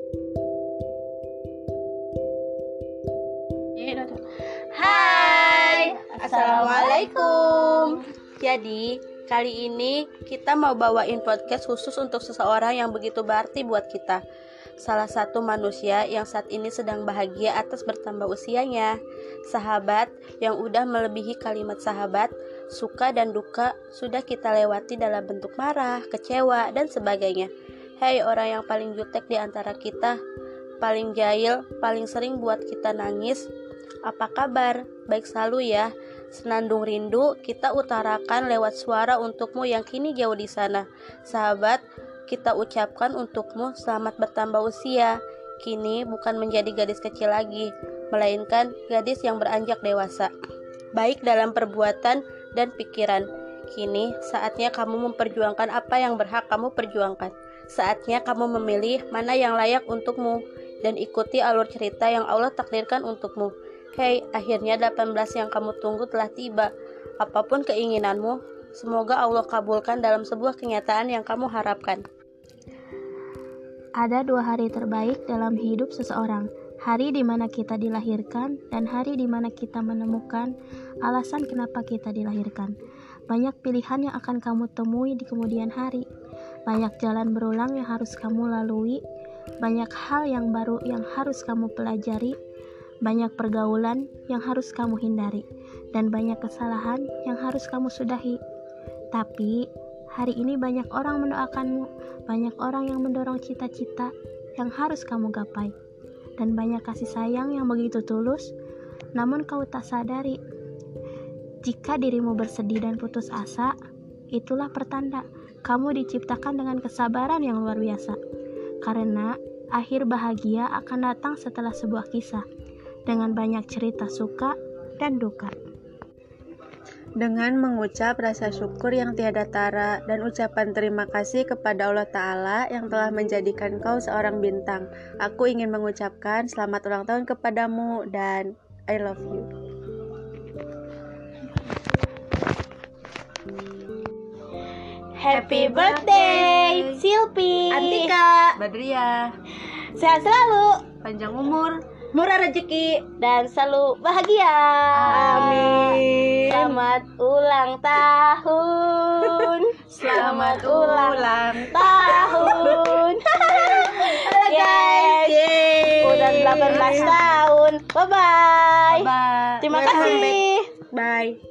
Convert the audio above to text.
Hai, Assalamualaikum. Jadi, kali ini kita mau bawain podcast khusus untuk seseorang yang begitu berarti buat kita. Salah satu manusia yang saat ini sedang bahagia atas bertambah usianya. Sahabat yang udah melebihi kalimat sahabat, suka dan duka sudah kita lewati dalam bentuk marah, kecewa, dan sebagainya. Hei orang yang paling jutek di antara kita, paling jahil, paling sering buat kita nangis. Apa kabar? Baik selalu ya. Senandung rindu kita utarakan lewat suara untukmu yang kini jauh di sana. Sahabat, kita ucapkan untukmu selamat bertambah usia. Kini bukan menjadi gadis kecil lagi, melainkan gadis yang beranjak dewasa, baik dalam perbuatan dan pikiran. Kini saatnya kamu memperjuangkan apa yang berhak kamu perjuangkan. Saatnya kamu memilih mana yang layak untukmu dan ikuti alur cerita yang Allah takdirkan untukmu. Hei, akhirnya 18 yang kamu tunggu telah tiba. Apapun keinginanmu, semoga Allah kabulkan dalam sebuah kenyataan yang kamu harapkan. Ada 2 hari terbaik dalam hidup seseorang. Hari di mana kita dilahirkan dan hari di mana kita menemukan alasan kenapa kita dilahirkan. Banyak pilihan yang akan kamu temui di kemudian hari. Banyak jalan berulang yang harus kamu lalui. Banyak hal yang baru yang harus kamu pelajari. Banyak pergaulan yang harus kamu hindari. Dan banyak kesalahan yang harus kamu sudahi. Tapi hari ini banyak orang mendoakanmu. Banyak orang yang mendorong cita-cita yang harus kamu gapai. Dan banyak kasih sayang yang begitu tulus, namun kau tak sadari. Jika dirimu bersedih dan putus asa, itulah pertanda kamu diciptakan dengan kesabaran yang luar biasa. Karena akhir bahagia akan datang setelah sebuah kisah, dengan banyak cerita suka dan duka. Dengan mengucap rasa syukur yang tiada tara dan ucapan terima kasih kepada Allah Ta'ala yang telah menjadikan kau seorang bintang, aku ingin mengucapkan selamat ulang tahun kepadamu dan I love you. Happy birthday, Silpi, Antika, Badria. Sehat selalu, Panjang umur, murah rezeki, dan selalu bahagia. Amin. Selamat ulang tahun. Selamat ulang tahun. Halo guys. Udah 18 tahun. Bye-bye. Bye. Terima kasih. Bye.